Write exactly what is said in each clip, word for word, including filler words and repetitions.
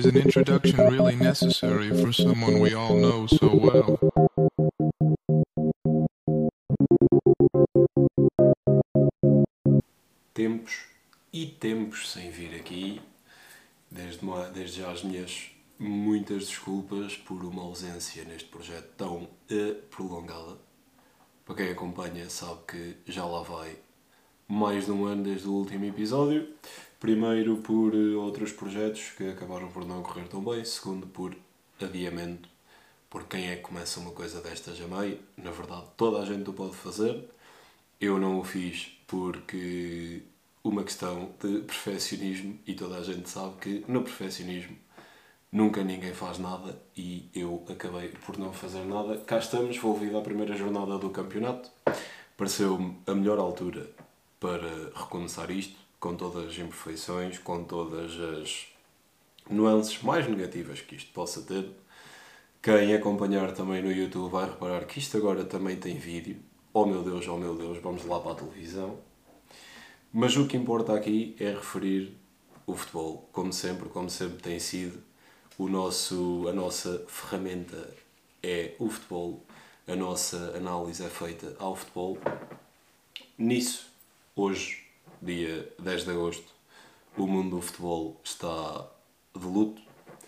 Is an introduction really necessary for someone we all know so well? Tempos e tempos sem vir aqui, desde, uma, desde já as minhas muitas desculpas por uma ausência neste projeto tão uh, prolongada. Para quem acompanha sabe que já lá vai mais de um ano desde o último episódio. Primeiro por outros projetos que acabaram por não correr tão bem. Segundo por adiamento. Por quem é que começa uma coisa destas a meio? Na verdade toda a gente o pode fazer. Eu não o fiz porque uma questão de perfeccionismo, e toda a gente sabe que no perfeccionismo nunca ninguém faz nada e eu acabei por não fazer nada. Cá estamos, vou vir à primeira jornada do campeonato. Pareceu-me a melhor altura para recomeçar isto, com todas as imperfeições, com todas as nuances mais negativas que isto possa ter. Quem acompanhar também no YouTube vai reparar que isto agora também tem vídeo. Oh meu Deus, oh meu Deus, vamos lá para a televisão. Mas o que importa aqui é referir o futebol, como sempre, como sempre tem sido. O nosso, a nossa ferramenta é o futebol, a nossa análise é feita ao futebol. Nisso, hoje, dia dez de agosto, o mundo do futebol está de luto.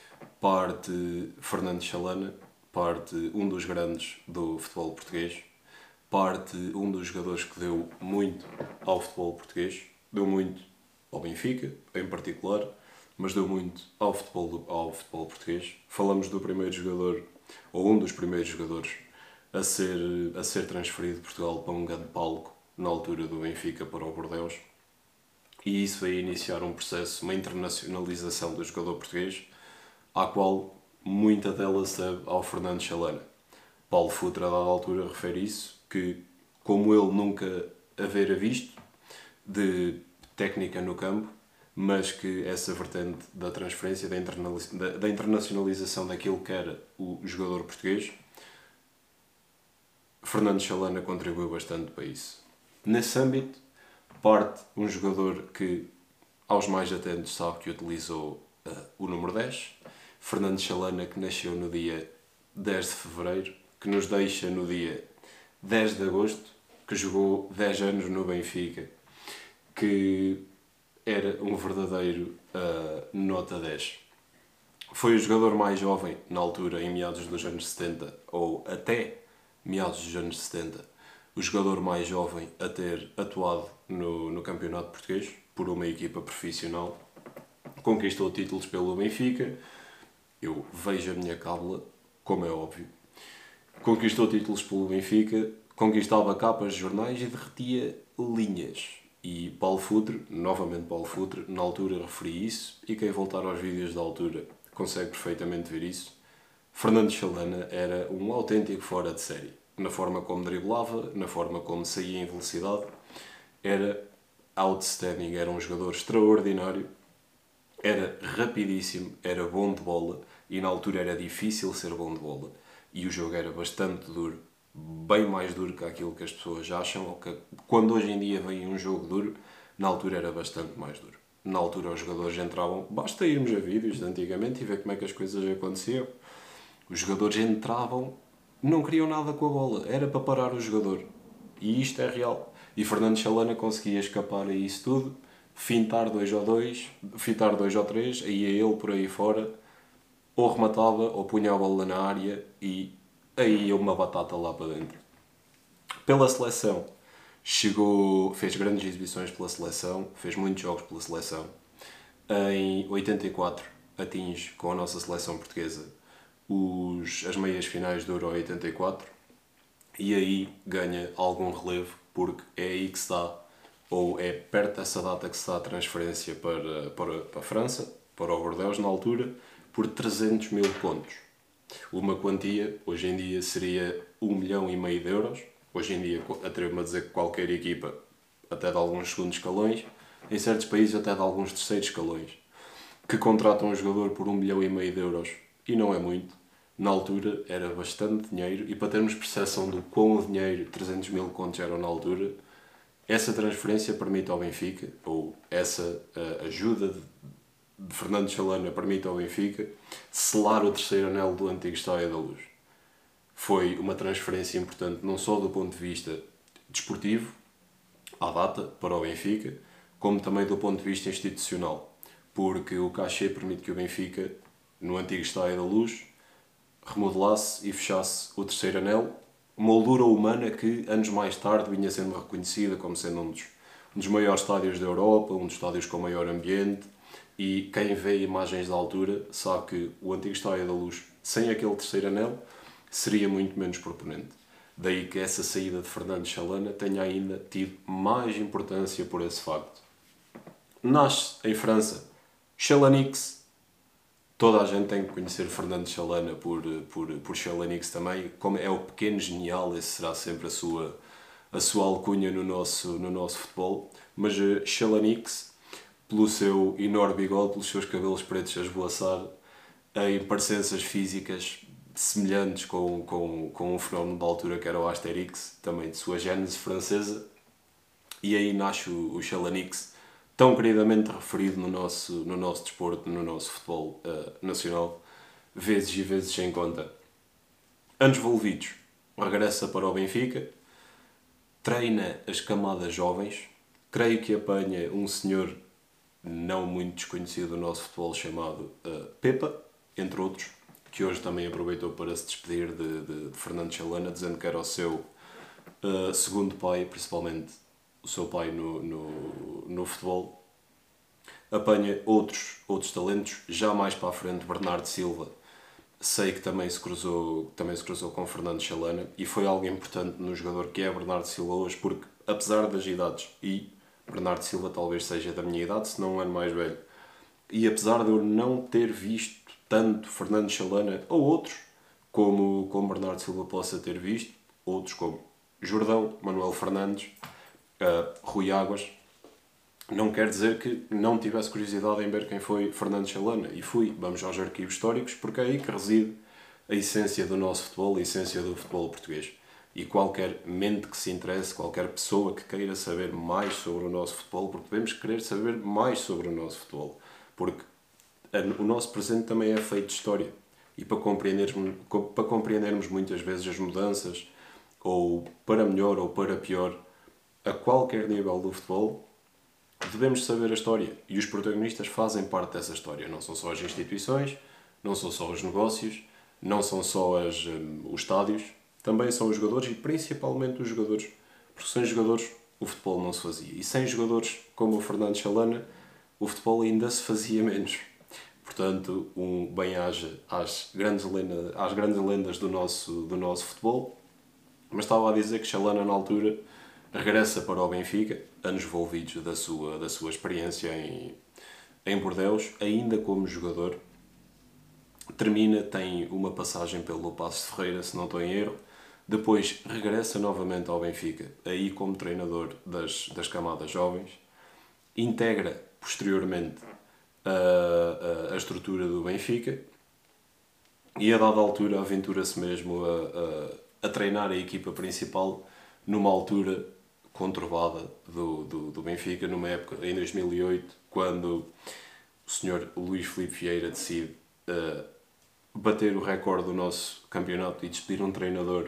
Parte Fernando Chalana, parte um dos grandes do futebol português, parte um dos jogadores que deu muito ao futebol português, deu muito ao Benfica, em particular, mas deu muito ao futebol, ao futebol português. Falamos do primeiro jogador, ou um dos primeiros jogadores, a ser, a ser transferido de Portugal para um grande palco, na altura do Benfica para o Bordeaux. E isso vai iniciar um processo, uma internacionalização do jogador português, à qual muita dela se deve ao Fernando Chalana. Paulo Futre, a dada altura, refere isso, que como ele nunca havera visto de técnica no campo, mas que essa vertente da transferência, da, da, da internacionalização daquilo que era o jogador português, Fernando Chalana contribuiu bastante para isso. Nesse âmbito, parte um jogador que, aos mais atentos, sabe que utilizou uh, o número dez, Fernando Chalana, que nasceu no dia dez de fevereiro, que nos deixa no dia dez de agosto, que jogou dez anos no Benfica, que era um verdadeiro uh, nota dez. Foi o jogador mais jovem, na altura, em meados dos anos setenta, ou até meados dos anos setenta, o jogador mais jovem a ter atuado no, no campeonato português, por uma equipa profissional. Conquistou títulos pelo Benfica. Eu vejo a minha cábula, como é óbvio. Conquistou títulos pelo Benfica, conquistava capas de jornais e derretia linhas. E Paulo Futre, novamente Paulo Futre, na altura referi isso, e quem voltar aos vídeos da altura consegue perfeitamente ver isso. Fernando Chalana era um autêntico fora de série. Na forma como driblava, na forma como saía em velocidade. Era outstanding, era um jogador extraordinário. Era rapidíssimo, era bom de bola, e na altura era difícil ser bom de bola. E o jogo era bastante duro, bem mais duro que aquilo que as pessoas acham, ou que quando hoje em dia vem um jogo duro, na altura era bastante mais duro. Na altura os jogadores entravam, basta irmos a vídeos de antigamente e ver como é que as coisas aconteciam. Os jogadores entravam, não queriam nada com a bola, era para parar o jogador. E isto é real. E Fernando Chalana conseguia escapar a isso tudo, fintar dois ou dois, fintar dois ou três, aí ia ele por aí fora, ou rematava, ou punha a bola na área, e aí ia uma batata lá para dentro. Pela seleção, chegou, fez grandes exibições pela seleção, fez muitos jogos pela seleção. Em oitenta e quatro atinge com a nossa seleção portuguesa os, as meias finais do Euro oitenta e quatro, e aí ganha algum relevo, porque é aí que se dá, ou é perto dessa data que se dá a transferência para, para, para a França, para o Bordeaux na altura, por trezentos mil contos. Uma quantia, hoje em dia, seria um milhão e meio de euros. Hoje em dia, atrevo-me a dizer que qualquer equipa, até de alguns segundos escalões, em certos países até de alguns terceiros escalões, que contratam um jogador por um milhão e meio de euros, e não é muito. Na altura era bastante dinheiro, e para termos percepção do quão o dinheiro, trezentos mil contos eram na altura, essa transferência permite ao Benfica, ou essa uh, ajuda de, de Fernando Chalana permite ao Benfica selar o terceiro anel do antigo Estádio da Luz. Foi uma transferência importante não só do ponto de vista desportivo, à data, para o Benfica, como também do ponto de vista institucional, porque o cachê permite que o Benfica, no antigo Estádio da Luz, remodelasse e fechasse o terceiro anel, moldura humana que anos mais tarde vinha sendo reconhecida como sendo um dos, um dos maiores estádios da Europa, um dos estádios com maior ambiente, e quem vê imagens da altura sabe que o antigo Estádio da Luz, sem aquele terceiro anel, seria muito menos proponente. Daí que essa saída de Fernando Chalana tenha ainda tido mais importância por esse facto. Nasce em França Chalanix. Toda a gente tem que conhecer Fernando Chalana por, por, por Chalanix também. Como é o pequeno genial, esse será sempre a sua, a sua alcunha no nosso, no nosso futebol. Mas uh, Chalanix, pelo seu enorme bigode, pelos seus cabelos pretos a esvoaçar, em parecenças físicas semelhantes com, com, com um fenómeno da altura que era o Asterix, também de sua gênese francesa, e aí nasce o, o Chalanix, tão queridamente referido no nosso, no nosso desporto, no nosso futebol uh, nacional, vezes e vezes sem conta. Anos envolvidos, regressa para o Benfica, treina as camadas jovens, creio que apanha um senhor não muito desconhecido do nosso futebol chamado uh, Pepa, entre outros, que hoje também aproveitou para se despedir de, de, de Fernando Chalana, dizendo que era o seu uh, segundo pai, principalmente o seu pai no, no, no futebol. Apanha outros, outros talentos, já mais para a frente Bernardo Silva, sei que também se cruzou, também se cruzou com Fernando Chalana, e foi algo importante no jogador que é Bernardo Silva hoje, porque apesar das idades, e Bernardo Silva talvez seja da minha idade, se não um ano mais velho, e apesar de eu não ter visto tanto Fernando Chalana ou outros, como, como Bernardo Silva possa ter visto, outros como Jordão, Manuel Fernandes, uh, Rui Águas, não quer dizer que não tivesse curiosidade em ver quem foi Fernando Chalana. E fui, vamos aos arquivos históricos, porque é aí que reside a essência do nosso futebol, a essência do futebol português. E qualquer mente que se interesse, qualquer pessoa que queira saber mais sobre o nosso futebol, porque devemos querer saber mais sobre o nosso futebol, porque o nosso presente também é feito de história, e para compreendermos, para compreendermos muitas vezes as mudanças, ou para melhor ou para pior, a qualquer nível do futebol, devemos saber a história, e os protagonistas fazem parte dessa história. Não são só as instituições, não são só os negócios, não são só as, um, os estádios, também são os jogadores, e principalmente os jogadores, porque sem jogadores o futebol não se fazia, e sem jogadores como o Fernando Chalana o futebol ainda se fazia menos. Portanto, um bem-aja às grandes lendas, às grandes lendas do nosso, do nosso futebol. Mas estava a dizer que Chalana, na altura, regressa para o Benfica, anos envolvidos da sua, da sua experiência em, em Bordeaux, ainda como jogador. Termina, tem uma passagem pelo Paços de Ferreira, se não estou em erro. Depois regressa novamente ao Benfica, aí como treinador das, das camadas jovens. Integra, posteriormente, A, a, a estrutura do Benfica, e a dada altura aventura-se mesmo a, a, a treinar a equipa principal numa altura conturbada do, do, do Benfica, numa época em dois mil e oito, quando o senhor Luís Filipe Vieira decide uh, bater o recorde do nosso campeonato e despedir um treinador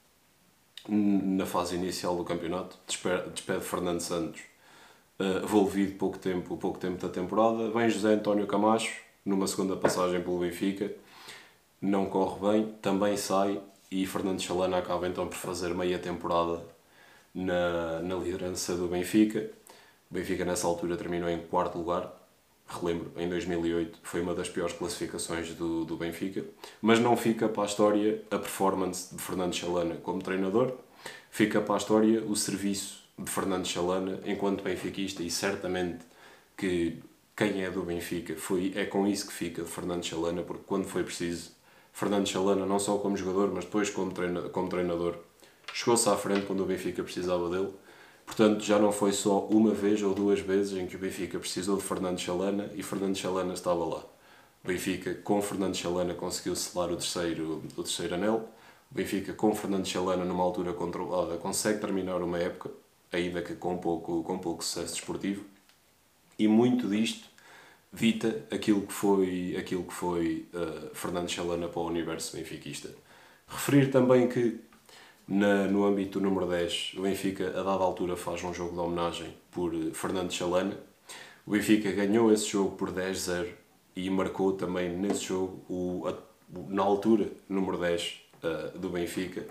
na fase inicial do campeonato, despede, despede Fernando Santos, Uh, envolvido pouco tempo, pouco tempo da temporada. Vem José António Camacho, numa segunda passagem pelo Benfica, não corre bem, também sai, e Fernando Chalana acaba então por fazer meia temporada na, na liderança do Benfica. O Benfica nessa altura terminou em quarto lugar, relembro, em dois mil e oito, foi uma das piores classificações do, do Benfica, mas não fica para a história a performance de Fernando Chalana como treinador, fica para a história o serviço de Fernando Chalana enquanto benfiquista, e certamente que quem é do Benfica foi, é com isso que fica de Fernando Chalana, porque quando foi preciso, Fernando Chalana, não só como jogador, mas depois como, treina, como treinador, chegou-se à frente quando o Benfica precisava dele. Portanto, já não foi só uma vez ou duas vezes em que o Benfica precisou de Fernando Chalana e Fernando Chalana estava lá. O Benfica, com Fernando Chalana, conseguiu selar o terceiro, o terceiro anel. O Benfica, com Fernando Chalana, numa altura controlada, consegue terminar uma época, ainda que com pouco, com pouco sucesso desportivo. E muito disto dita aquilo que foi, aquilo que foi uh, Fernando Chalana para o universo benfiquista. Referir também que na, no âmbito do número dez, o Benfica a dada altura faz um jogo de homenagem por uh, Fernando Chalana. O Benfica ganhou esse jogo por dez a zero e marcou também nesse jogo, o, a, na altura, número dez uh, do Benfica,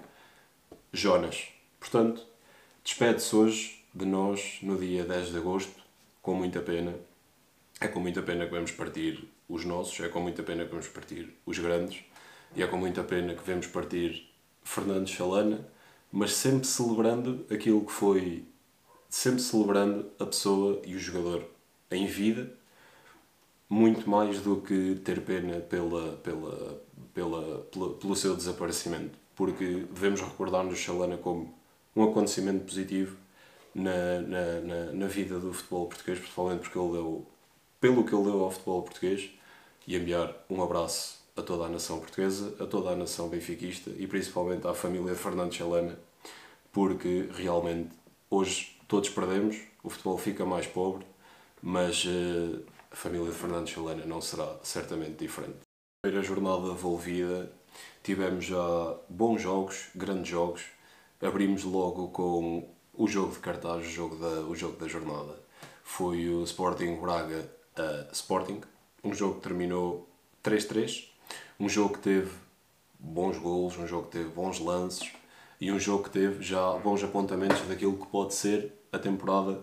Jonas. Portanto, despede-se hoje de nós no dia dez de agosto, com muita pena. É com muita pena que vamos partir os nossos, é com muita pena que vamos partir os grandes, e é com muita pena que vamos partir Fernando Chalana, mas sempre celebrando aquilo que foi, sempre celebrando a pessoa e o jogador em vida, muito mais do que ter pena pela, pela, pela, pela, pelo seu desaparecimento, porque devemos recordar-nos Chalana como um acontecimento positivo na, na, na, na vida do futebol português, principalmente porque ele deu, pelo que ele deu ao futebol português, e enviar um abraço a toda a nação portuguesa, a toda a nação benfiquista e principalmente à família de Fernando Chalana, porque realmente hoje todos perdemos, o futebol fica mais pobre, mas uh, a família de Fernando Chalana não será certamente diferente. Na primeira jornada envolvida tivemos já bons jogos, grandes jogos. Abrimos logo com o jogo de cartaz, o jogo da, o jogo da jornada. Foi o Sporting Braga uh, Sporting, um jogo que terminou três a três, um jogo que teve bons golos, um jogo que teve bons lances e um jogo que teve já bons apontamentos daquilo que pode ser a temporada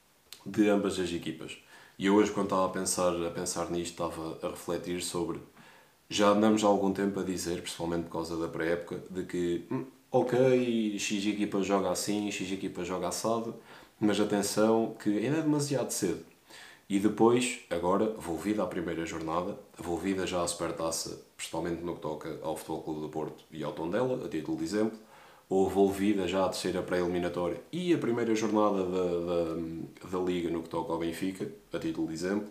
de ambas as equipas. E eu hoje, quando estava a pensar, a pensar nisto, estava a refletir sobre... Já andamos há algum tempo a dizer, principalmente por causa da pré-época, de que, hum, ok, X equipa joga assim, X equipa joga assado, mas atenção que ainda é demasiado cedo. E depois, agora, volvida à primeira jornada, volvida já à Supertaça, principalmente no que toca ao Futebol Clube do Porto e ao Tondela, a título de exemplo, ou volvida já à terceira pré-eliminatória e a primeira jornada da, da, da Liga no que toca ao Benfica, a título de exemplo,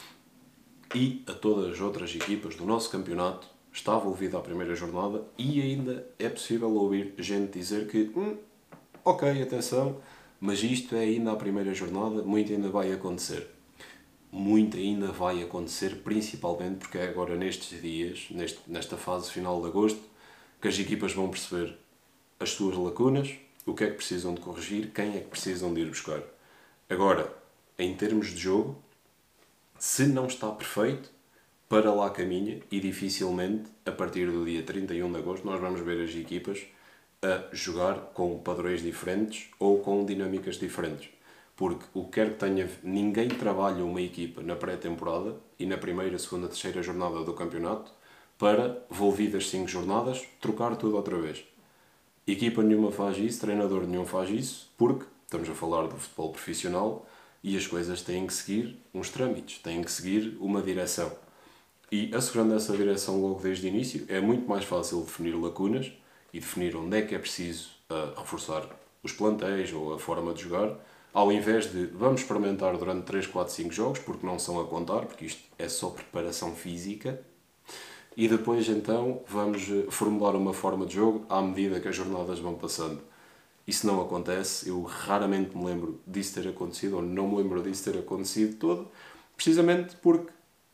e a todas as outras equipas do nosso campeonato, está envolvida a primeira jornada e ainda é possível ouvir gente dizer que hum, ok, atenção, mas isto é ainda a primeira jornada, muito ainda vai acontecer. Muito ainda vai acontecer, principalmente porque é agora nestes dias, neste, nesta fase final de agosto, que as equipas vão perceber as suas lacunas, o que é que precisam de corrigir, quem é que precisam de ir buscar. Agora, em termos de jogo, se não está perfeito, para lá caminha e dificilmente, a partir do dia trinta e um de agosto, nós vamos ver as equipas a jogar com padrões diferentes ou com dinâmicas diferentes. Porque o que quer que tenha, ninguém trabalha uma equipa na pré-temporada e na primeira, segunda, terceira jornada do campeonato para, volvidas cinco jornadas, trocar tudo outra vez. Equipa nenhuma faz isso, treinador nenhum faz isso, porque estamos a falar do futebol profissional e as coisas têm que seguir uns trâmites, têm que seguir uma direção. E assegurando essa direção logo desde o início, é muito mais fácil definir lacunas e definir onde é que é preciso uh, reforçar os plantéis ou a forma de jogar, ao invés de vamos experimentar durante três, quatro, cinco jogos, porque não são a contar, porque isto é só preparação física, e depois então vamos formular uma forma de jogo à medida que as jornadas vão passando. Isso não acontece, eu raramente me lembro disso ter acontecido, ou não me lembro disso ter acontecido todo, precisamente porque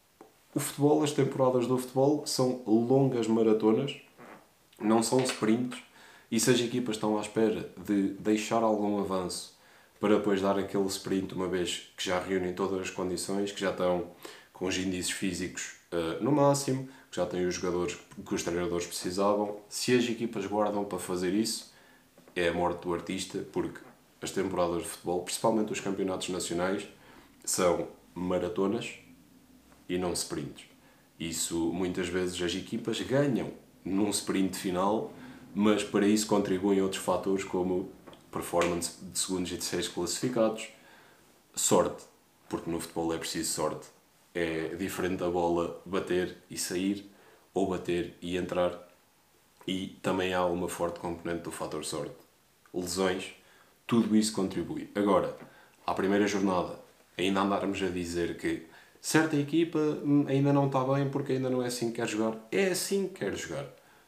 o futebol, as temporadas do futebol são longas maratonas, não são sprints, e se as equipas estão à espera de deixar algum avanço para depois dar aquele sprint, uma vez que já reúnem todas as condições, que já estão com os índices físicos uh, no máximo, que já têm os jogadores que os treinadores precisavam, se as equipas guardam para fazer isso, é a morte do artista, porque as temporadas de futebol, principalmente os campeonatos nacionais, são maratonas e não sprints. Isso, muitas vezes, as equipas ganham num sprint final, mas para isso contribuem outros fatores como performance de segundos e terceiros classificados, sorte, porque no futebol é preciso sorte. É diferente a bola bater e sair, ou bater e entrar, e também há uma forte componente do fator sorte. Lesões, tudo isso contribui. Agora, à primeira jornada, ainda andarmos a dizer que certa equipa ainda não está bem porque ainda não é assim que quer jogar. É assim que quer jogar.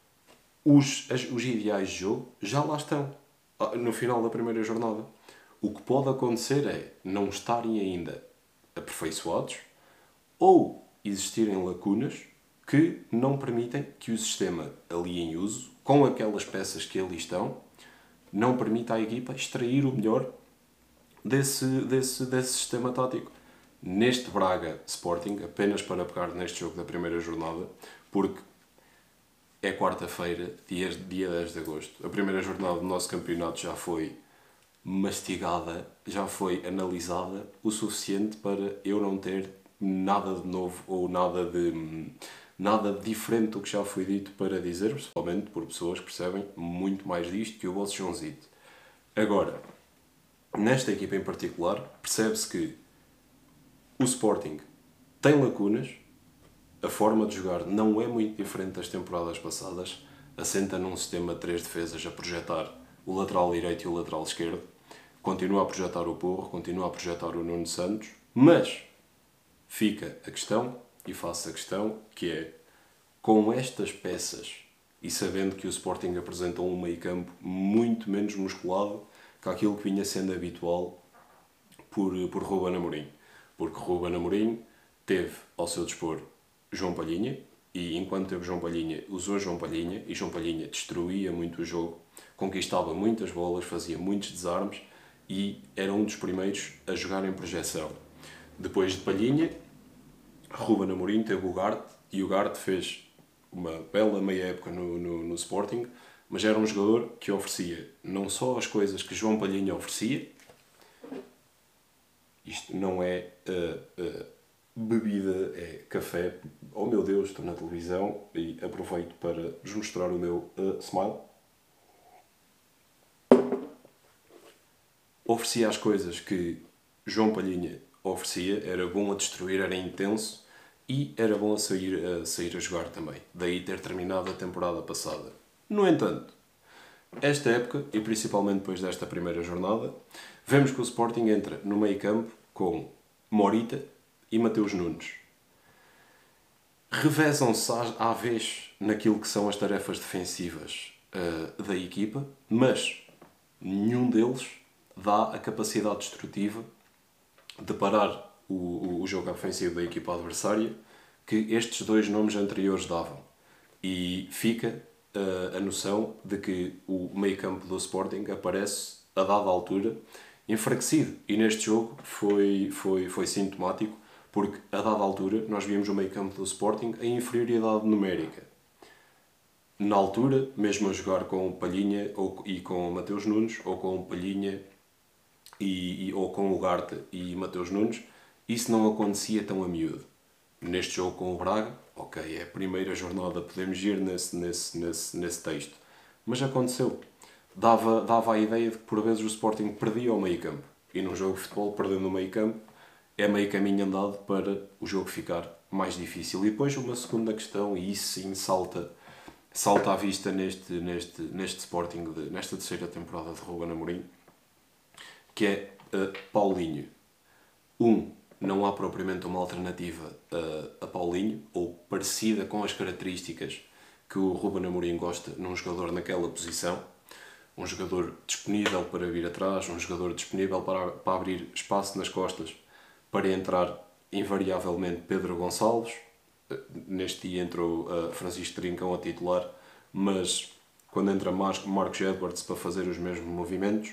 Os, as, os ideais de jogo já lá estão, no final da primeira jornada. O que pode acontecer é não estarem ainda aperfeiçoados, ou existirem lacunas que não permitem que o sistema ali em uso, com aquelas peças que ali estão, não permita à equipa extrair o melhor desse, desse, desse sistema tático. Neste Braga Sporting, apenas para pegar neste jogo da primeira jornada, porque é quarta-feira, dia, dia dez de agosto. A primeira jornada do nosso campeonato já foi mastigada, já foi analisada o suficiente para eu não ter nada de novo ou nada de nada de diferente do que já foi dito para dizer, principalmente por pessoas que percebem muito mais disto que o vosso Joãozito. Agora, nesta equipa em particular, percebe-se que o Sporting tem lacunas, a forma de jogar não é muito diferente das temporadas passadas, assenta num sistema de três defesas a projetar o lateral direito e o lateral esquerdo, continua a projetar o Porro, continua a projetar o Nuno Santos, mas fica a questão, e faço a questão, que é, com estas peças, e sabendo que o Sporting apresenta um meio-campo muito menos musculado que aquilo que vinha sendo habitual por, por Ruben Amorim. Porque Ruben Amorim teve ao seu dispor João Palhinha, e enquanto teve João Palhinha, usou João Palhinha, e João Palhinha destruía muito o jogo, conquistava muitas bolas, fazia muitos desarmes, e era um dos primeiros a jogar em projeção. Depois de Palhinha, Ruben Amorim teve o Ugarte, e o Ugarte fez uma bela meia época no, no, no Sporting, mas era um jogador que oferecia não só as coisas que João Palhinha oferecia, isto não é uh, uh, bebida, é café, oh meu Deus, estou na televisão e aproveito para vos mostrar o meu uh, smile. Oferecia as coisas que João Palhinha oferecia, era bom a destruir, era intenso e era bom a sair a, sair a jogar também. Daí ter terminado a temporada passada. No entanto, esta época, e principalmente depois desta primeira jornada, vemos que o Sporting entra no meio-campo com Morita e Mateus Nunes. Revezam-se à vez naquilo que são as tarefas defensivas uh, da equipa, mas nenhum deles dá a capacidade destrutiva de parar o, o, o jogo ofensivo da equipa adversária que estes dois nomes anteriores davam. E fica uh, a noção de que o meio-campo do Sporting aparece, a dada altura, enfraquecido. E neste jogo foi, foi, foi sintomático, porque a dada altura nós víamos o meio-campo do Sporting em inferioridade numérica. Na altura, mesmo a jogar com o Palhinha ou, e com o Mateus Nunes, ou com o Palhinha e, e, ou com o Ugarte e Mateus Nunes, isso não acontecia tão a miúdo. Neste jogo com o Braga, ok, é a primeira jornada, podemos ir nesse, nesse, nesse, nesse texto. Mas aconteceu. Dava, dava a ideia de que por vezes o Sporting perdia o meio campo. E num jogo de futebol, perdendo o meio campo, é meio caminho andado para o jogo ficar mais difícil. E depois uma segunda questão, e isso sim salta, salta à vista neste, neste, neste Sporting, de, nesta terceira temporada de Ruben Amorim, que é uh, Paulinho. Um, não há propriamente uma alternativa a, a Paulinho, ou parecida com as características que o Ruben Amorim gosta num jogador naquela posição. Um jogador disponível para vir atrás, um jogador disponível para, para abrir espaço nas costas, para entrar invariavelmente Pedro Gonçalves. Neste dia entrou uh, Francisco Trincão a titular, mas quando entra Mar- Marcos Edwards para fazer os mesmos movimentos.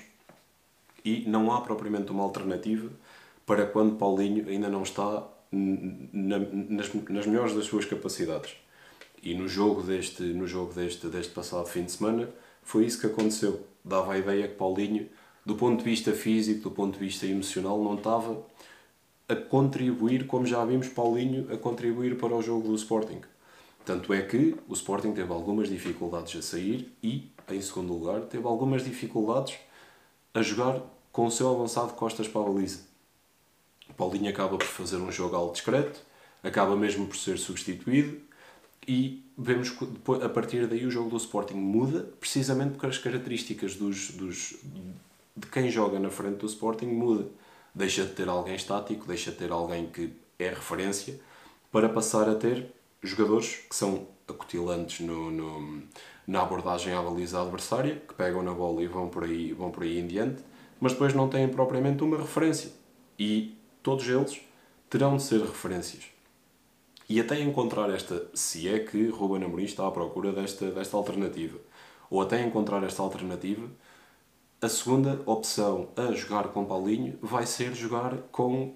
E não há propriamente uma alternativa para quando Paulinho ainda não está na, nas, nas melhores das suas capacidades. E no jogo, deste, no jogo deste, deste passado fim de semana foi isso que aconteceu. Dava a ideia que Paulinho, do ponto de vista físico, do ponto de vista emocional, não estava a contribuir como já vimos Paulinho a contribuir para o jogo do Sporting. Tanto é que o Sporting teve algumas dificuldades a sair e, em segundo lugar, teve algumas dificuldades a jogar com o seu avançado costas para a baliza. Paulinho acaba por fazer um jogo algo discreto, acaba mesmo por ser substituído e vemos que depois, a partir daí o jogo do Sporting muda, precisamente porque as características dos, dos, de quem joga na frente do Sporting muda. Deixa de ter alguém estático, deixa de ter alguém que é referência, para passar a ter jogadores que são acutilantes no, no, na abordagem à baliza adversária, que pegam na bola e vão por aí, vão por aí em diante, mas depois não têm propriamente uma referência. E todos eles terão de ser referências. E até encontrar esta, se é que Ruben Amorim está à procura desta, desta alternativa, ou até encontrar esta alternativa, a segunda opção a jogar com Paulinho vai ser jogar com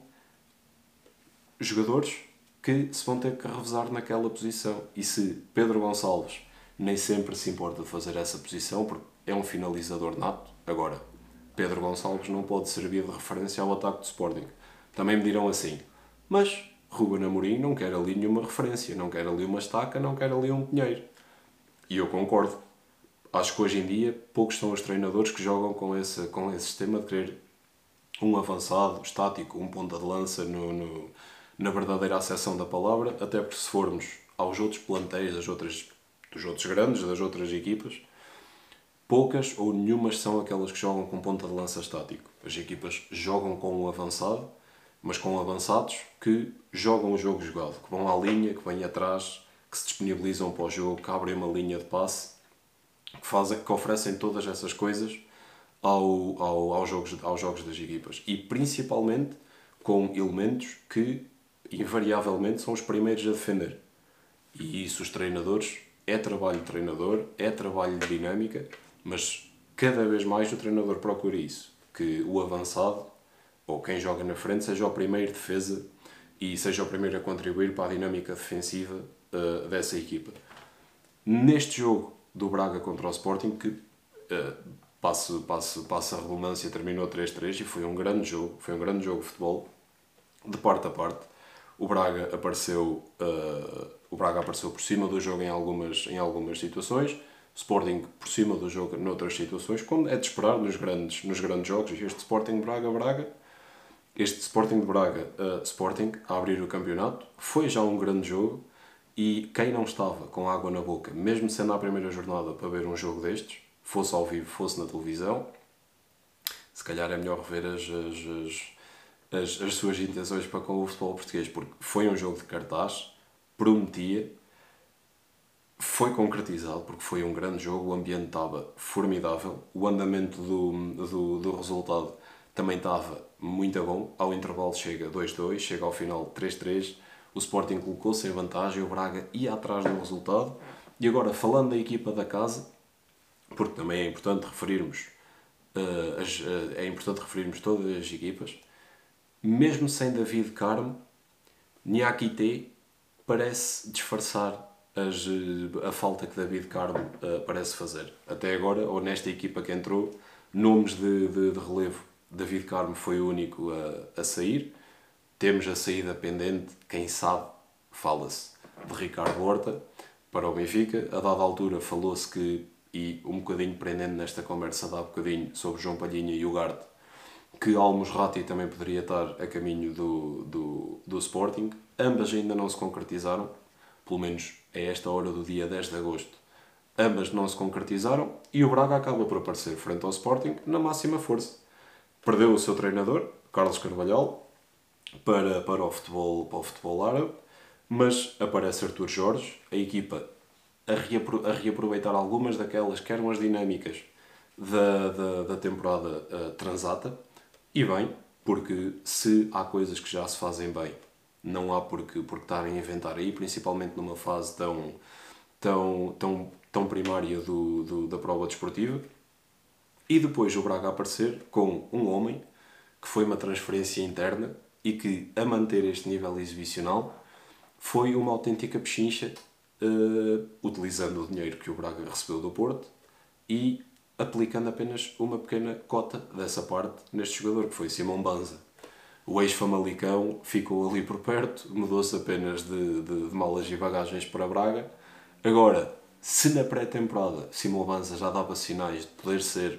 jogadores que se vão ter que revezar naquela posição. E se Pedro Gonçalves nem sempre se importa de fazer essa posição, porque é um finalizador nato, agora, Pedro Gonçalves não pode servir de referência ao ataque do Sporting. Também me dirão assim, mas Ruben Amorim não quer ali nenhuma referência, não quer ali uma estaca, não quer ali um Pinheiro. E eu concordo. Acho que hoje em dia poucos são os treinadores que jogam com esse, com esse sistema de querer um avançado, estático, um ponta de lança no, no, na verdadeira acessão da palavra, até porque se formos aos outros plantéis das outras, dos outros grandes, das outras equipas, poucas ou nenhumas são aquelas que jogam com ponta de lança estático. As equipas jogam com um avançado, mas com avançados que jogam o jogo jogado, que vão à linha, que vêm atrás, que se disponibilizam para o jogo, que abrem uma linha de passe, que, fazem, que oferecem todas essas coisas ao, ao, aos, jogos, aos jogos das equipas. E principalmente com elementos que, invariavelmente, são os primeiros a defender. E isso os treinadores, é trabalho de treinador, é trabalho de dinâmica, mas cada vez mais o treinador procura isso. Que o avançado, ou quem joga na frente, seja o primeiro defesa e seja o primeiro a contribuir para a dinâmica defensiva uh, dessa equipa. Neste jogo do Braga contra o Sporting, que uh, passo, passo, passo a redundância, terminou três a três e foi um grande jogo, foi um grande jogo de futebol, de parte a parte. O Braga apareceu, uh, o Braga apareceu por cima do jogo em algumas, em algumas situações, o Sporting por cima do jogo noutras situações, como é de esperar nos grandes, nos grandes jogos. E este Sporting Braga-Braga, este Sporting de Braga uh, Sporting a abrir o campeonato, foi já um grande jogo. E quem não estava com água na boca, mesmo sendo a primeira jornada, para ver um jogo destes, fosse ao vivo, fosse na televisão, se calhar é melhor rever as, as, as, as suas intenções para com o futebol português, porque foi um jogo de cartaz, prometia, foi concretizado, porque foi um grande jogo, o ambiente estava formidável, o andamento do, do, do resultado também estava muito bom, ao intervalo chega dois a dois, chega ao final três a três, o Sporting colocou-se em vantagem, o Braga ia atrás do resultado. E agora, falando da equipa da casa, porque também é importante referirmos, uh, as, uh, é importante referirmos todas as equipas, mesmo sem David Carmo, Niakité parece disfarçar as, uh, a falta que David Carmo uh, parece fazer. Até agora, ou nesta equipa que entrou, nomes de, de, de relevo, David Carmo foi o único a, a sair. Temos a saída pendente, quem sabe, fala-se, de Ricardo Horta para o Benfica. A dada altura falou-se que, e um bocadinho prendendo nesta conversa de há bocadinho sobre João Palhinha e Ugarte, que Almos Ratti também poderia estar a caminho do, do, do Sporting. Ambas ainda não se concretizaram, pelo menos a esta hora do dia dez de agosto. Ambas não se concretizaram e o Braga acaba por aparecer frente ao Sporting na máxima força. Perdeu o seu treinador, Carlos Carvalhal, Para, para, o futebol, para o futebol árabe, mas aparece Artur Jorge, a equipa a, reapro, a reaproveitar algumas daquelas que eram as dinâmicas da, da, da temporada uh, transata, e bem, porque se há coisas que já se fazem bem, não há porque, porque estarem a inventar aí, principalmente numa fase tão, tão, tão, tão primária do, do, da prova desportiva. E depois o Braga aparecer com um homem que foi uma transferência interna e que, a manter este nível exibicional, foi uma autêntica pechincha, uh, utilizando o dinheiro que o Braga recebeu do Porto e aplicando apenas uma pequena cota dessa parte neste jogador, que foi Simão Banza. O ex-Famalicão ficou ali por perto, mudou-se apenas de, de, de malas e bagagens para Braga. Agora, se na pré-temporada Simão Banza já dava sinais de poder ser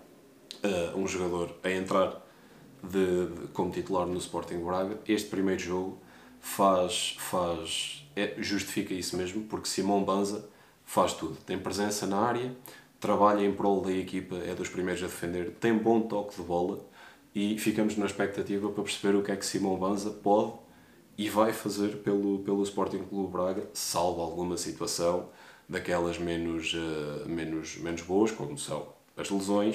uh, um jogador a entrar De, de, como titular no Sporting Braga, este primeiro jogo faz, faz, é, justifica isso mesmo, porque Simão Banza faz tudo, tem presença na área, trabalha em prol da equipa, é dos primeiros a defender, tem bom toque de bola e ficamos na expectativa para perceber o que é que Simão Banza pode e vai fazer pelo, pelo Sporting Clube Braga, salvo alguma situação daquelas menos, uh, menos, menos boas, como são as lesões,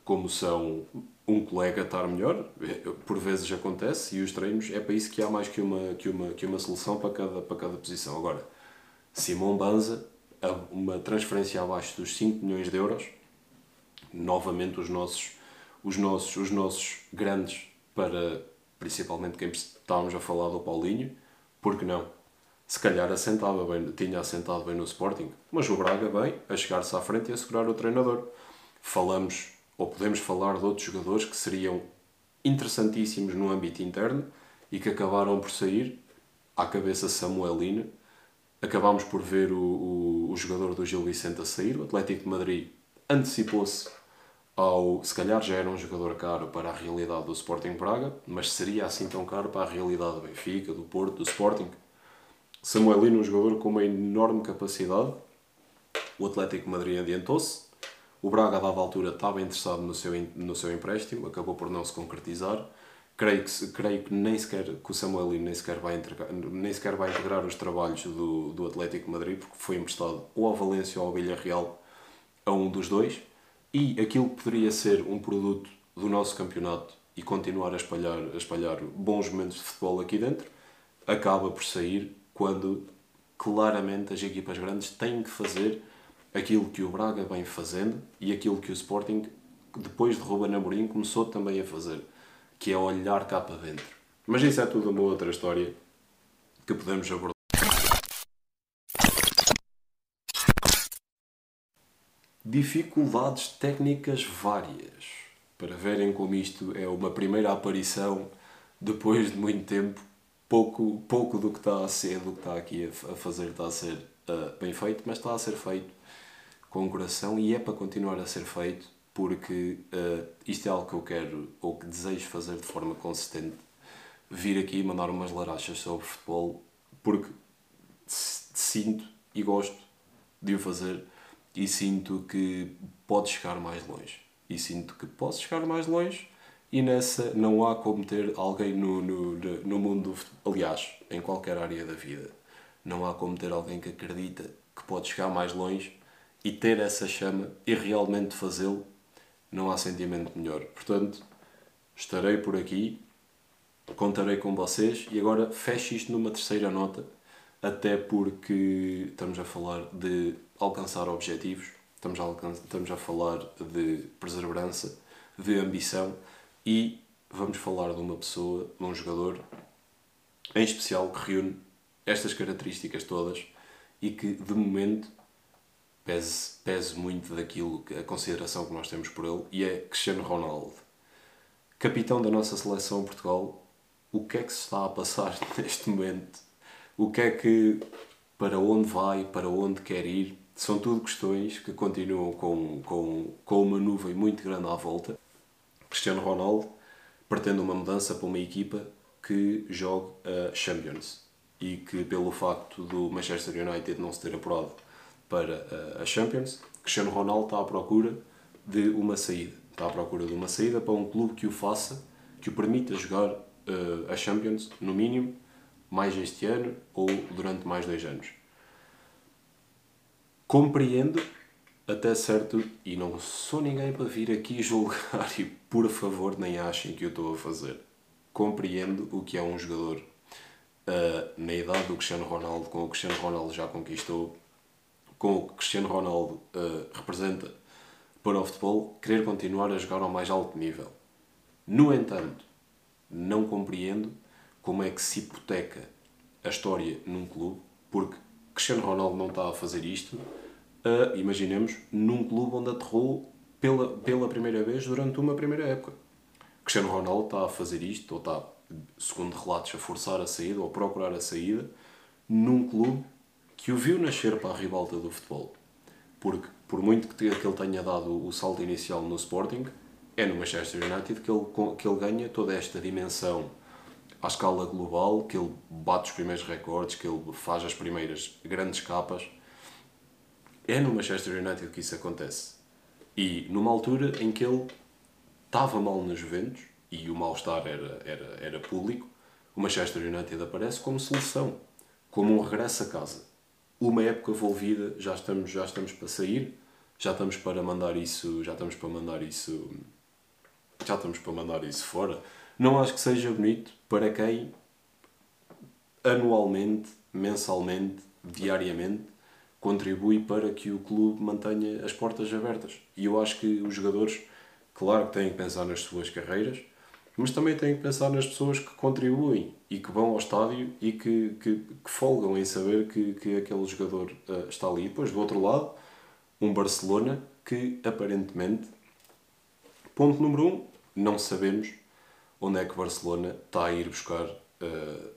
como são um colega estar melhor, por vezes acontece, e os treinos é para isso que há mais que uma, que uma, que uma solução para cada, para cada posição. Agora, Simão Banza, uma transferência abaixo dos cinco milhões de euros, novamente os nossos, os nossos, os nossos grandes, para principalmente quem estávamos a falar do Paulinho, porque não? Se calhar assentava bem, tinha assentado bem no Sporting, mas o Braga bem a chegar-se à frente e a segurar o treinador. Falamos, ou podemos falar de outros jogadores que seriam interessantíssimos no âmbito interno e que acabaram por sair, à cabeça Samuelino. Acabámos por ver o, o, o jogador do Gil Vicente a sair, o Atlético de Madrid antecipou-se ao... Se calhar já era um jogador caro para a realidade do Sporting Braga, mas seria assim tão caro para a realidade do Benfica, do Porto, do Sporting? Samuelino, um jogador com uma enorme capacidade. O Atlético de Madrid adiantou-se. O Braga, a dada altura, estava interessado no seu, no seu empréstimo, acabou por não se concretizar. Creio que, creio que nem sequer que o Samuelino nem sequer vai integrar, nem sequer vai integrar os trabalhos do, do Atlético de Madrid, porque foi emprestado ou ao Valência ou ao Villarreal, a um dos dois. E aquilo que poderia ser um produto do nosso campeonato e continuar a espalhar, a espalhar bons momentos de futebol aqui dentro, acaba por sair quando claramente as equipas grandes têm que fazer aquilo que o Braga vem fazendo e aquilo que o Sporting, depois de Ruben Amorim, começou também a fazer, que é olhar cá para dentro. Mas isso é tudo uma outra história que podemos abordar. Dificuldades técnicas várias. Para verem como isto é uma primeira aparição depois de muito tempo, pouco, pouco do que está a ser, do que está aqui a fazer está a ser uh, bem feito, mas está a ser feito com o coração e é para continuar a ser feito, porque uh, isto é algo que eu quero ou que desejo fazer de forma consistente. Vir aqui e mandar umas larachas sobre futebol, porque sinto e gosto de o fazer e sinto que pode chegar mais longe. E sinto que posso chegar mais longe e nessa não há como ter alguém no, no, no mundo do futebol, aliás, em qualquer área da vida, não há como ter alguém que acredita que pode chegar mais longe e ter essa chama e realmente fazê-lo, não há sentimento melhor. Portanto, estarei por aqui, contarei com vocês e agora fecho isto numa terceira nota, até porque estamos a falar de alcançar objetivos, estamos a, alcan- estamos a falar de perseverança, de ambição e vamos falar de uma pessoa, de um jogador em especial que reúne estas características todas e que de momento pese, pese muito daquilo, a consideração que nós temos por ele, e é Cristiano Ronaldo. Capitão da nossa seleção Portugal, o que é que se está a passar neste momento? O que é que, para onde vai, para onde quer ir? São tudo questões que continuam com, com, com uma nuvem muito grande à volta. Cristiano Ronaldo pretende uma mudança para uma equipa que jogue a Champions e que, pelo facto do Manchester United não se ter apurado para a Champions, Cristiano Ronaldo está à procura de uma saída. Está à procura de uma saída para um clube que o faça, que o permita jogar uh, a Champions, no mínimo, mais este ano ou durante mais dois anos. Compreendo até certo, e não sou ninguém para vir aqui julgar e por favor nem achem que eu estou a fazer. Compreendo o que é um jogador uh, na idade do Cristiano Ronaldo, com o que Cristiano Ronaldo já conquistou, com o que Cristiano Ronaldo uh, representa para o futebol, querer continuar a jogar ao mais alto nível. No entanto, não compreendo como é que se hipoteca a história num clube, porque Cristiano Ronaldo não está a fazer isto, uh, imaginemos, num clube onde aterrou pela, pela primeira vez durante uma primeira época. Cristiano Ronaldo está a fazer isto, ou está, segundo relatos, a forçar a saída, ou a procurar a saída, num clube que o viu nascer para a ribalta do futebol. Porque, por muito que ele tenha dado o salto inicial no Sporting, é no Manchester United que ele, que ele ganha toda esta dimensão à escala global, que ele bate os primeiros recordes, que ele faz as primeiras grandes capas. É no Manchester United que isso acontece. E numa altura em que ele estava mal nos Juventus, e o mal-estar era, era, era público, o Manchester United aparece como solução, como um regresso a casa. Uma época envolvida, já estamos, já estamos para sair, já estamos para mandar isso, já estamos para mandar isso, já estamos para mandar isso fora. Não acho que seja bonito para quem anualmente, mensalmente, diariamente contribui para que o clube mantenha as portas abertas. E eu acho que os jogadores, claro que têm que pensar nas suas carreiras, mas também têm que pensar nas pessoas que contribuem e que vão ao estádio e que, que, que folgam em saber que, que aquele jogador uh, está ali. E depois, do outro lado, um Barcelona que, aparentemente, ponto número um, não sabemos onde é que o Barcelona está a ir buscar uh,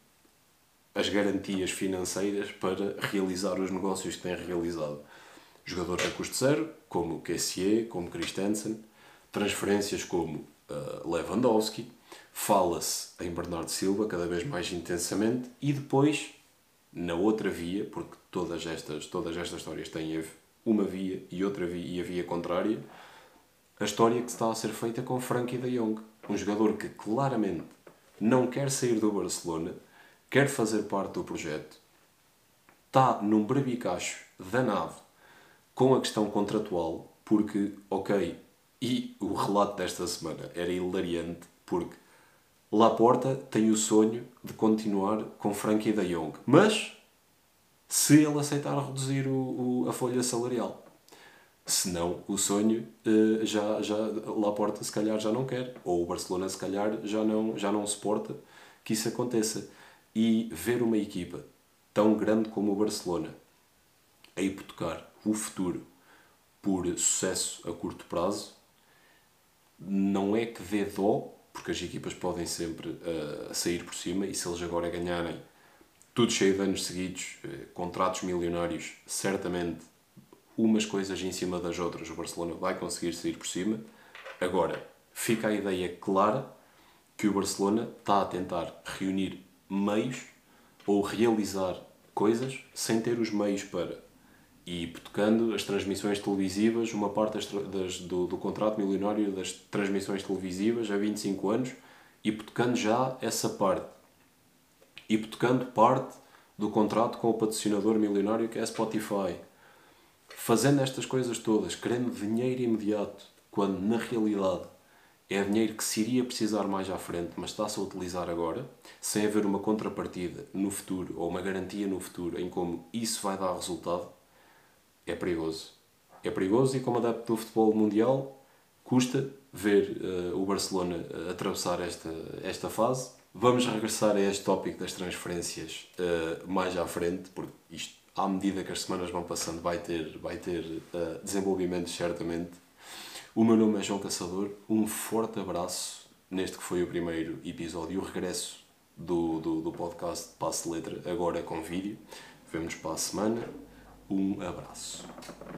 as garantias financeiras para realizar os negócios que tem realizado. Jogadores a custo zero, como Kessié, como Christensen, transferências como uh, Lewandowski, fala-se em Bernardo Silva cada vez mais intensamente e depois, na outra via, porque todas estas, todas estas histórias têm uma via e outra via e a via contrária, a história que está a ser feita com Frenkie de Jong, um jogador que claramente não quer sair do Barcelona, quer fazer parte do projeto, está num brabicacho danado com a questão contratual, porque, ok, e o relato desta semana era hilariante, porque Laporta tem o sonho de continuar com Frenkie de Jong, mas se ele aceitar reduzir o, o, a folha salarial. Se não, o sonho uh, já, já Laporta se calhar já não quer, ou o Barcelona se calhar já não, já não suporta que isso aconteça. E ver uma equipa tão grande como o Barcelona a hipotecar o futuro por sucesso a curto prazo, não é que dê dó, porque as equipas podem sempre uh, sair por cima, e se eles agora ganharem tudo cheio de anos seguidos, uh, contratos milionários, certamente umas coisas em cima das outras, o Barcelona vai conseguir sair por cima. Agora, fica a ideia clara que o Barcelona está a tentar reunir meios ou realizar coisas sem ter os meios para. E hipotecando as transmissões televisivas, uma parte das, das, do, do contrato milionário das transmissões televisivas a vinte e cinco anos, hipotecando já essa parte. Hipotecando parte do contrato com o patrocinador milionário que é a Spotify. Fazendo estas coisas todas, querendo dinheiro imediato, quando na realidade é dinheiro que se iria precisar mais à frente, mas está-se a utilizar agora, sem haver uma contrapartida no futuro, ou uma garantia no futuro, em como isso vai dar resultado, é perigoso. É perigoso e, como adepto do futebol mundial, custa ver uh, o Barcelona atravessar esta, esta fase. Vamos regressar a este tópico das transferências uh, mais à frente, porque isto, à medida que as semanas vão passando, vai ter, vai ter uh, desenvolvimentos, certamente. O meu nome é João Caçador, um forte abraço neste que foi o primeiro episódio, o regresso do, do, do podcast Passe Letra, agora com vídeo. Vemo-nos para a semana, um abraço.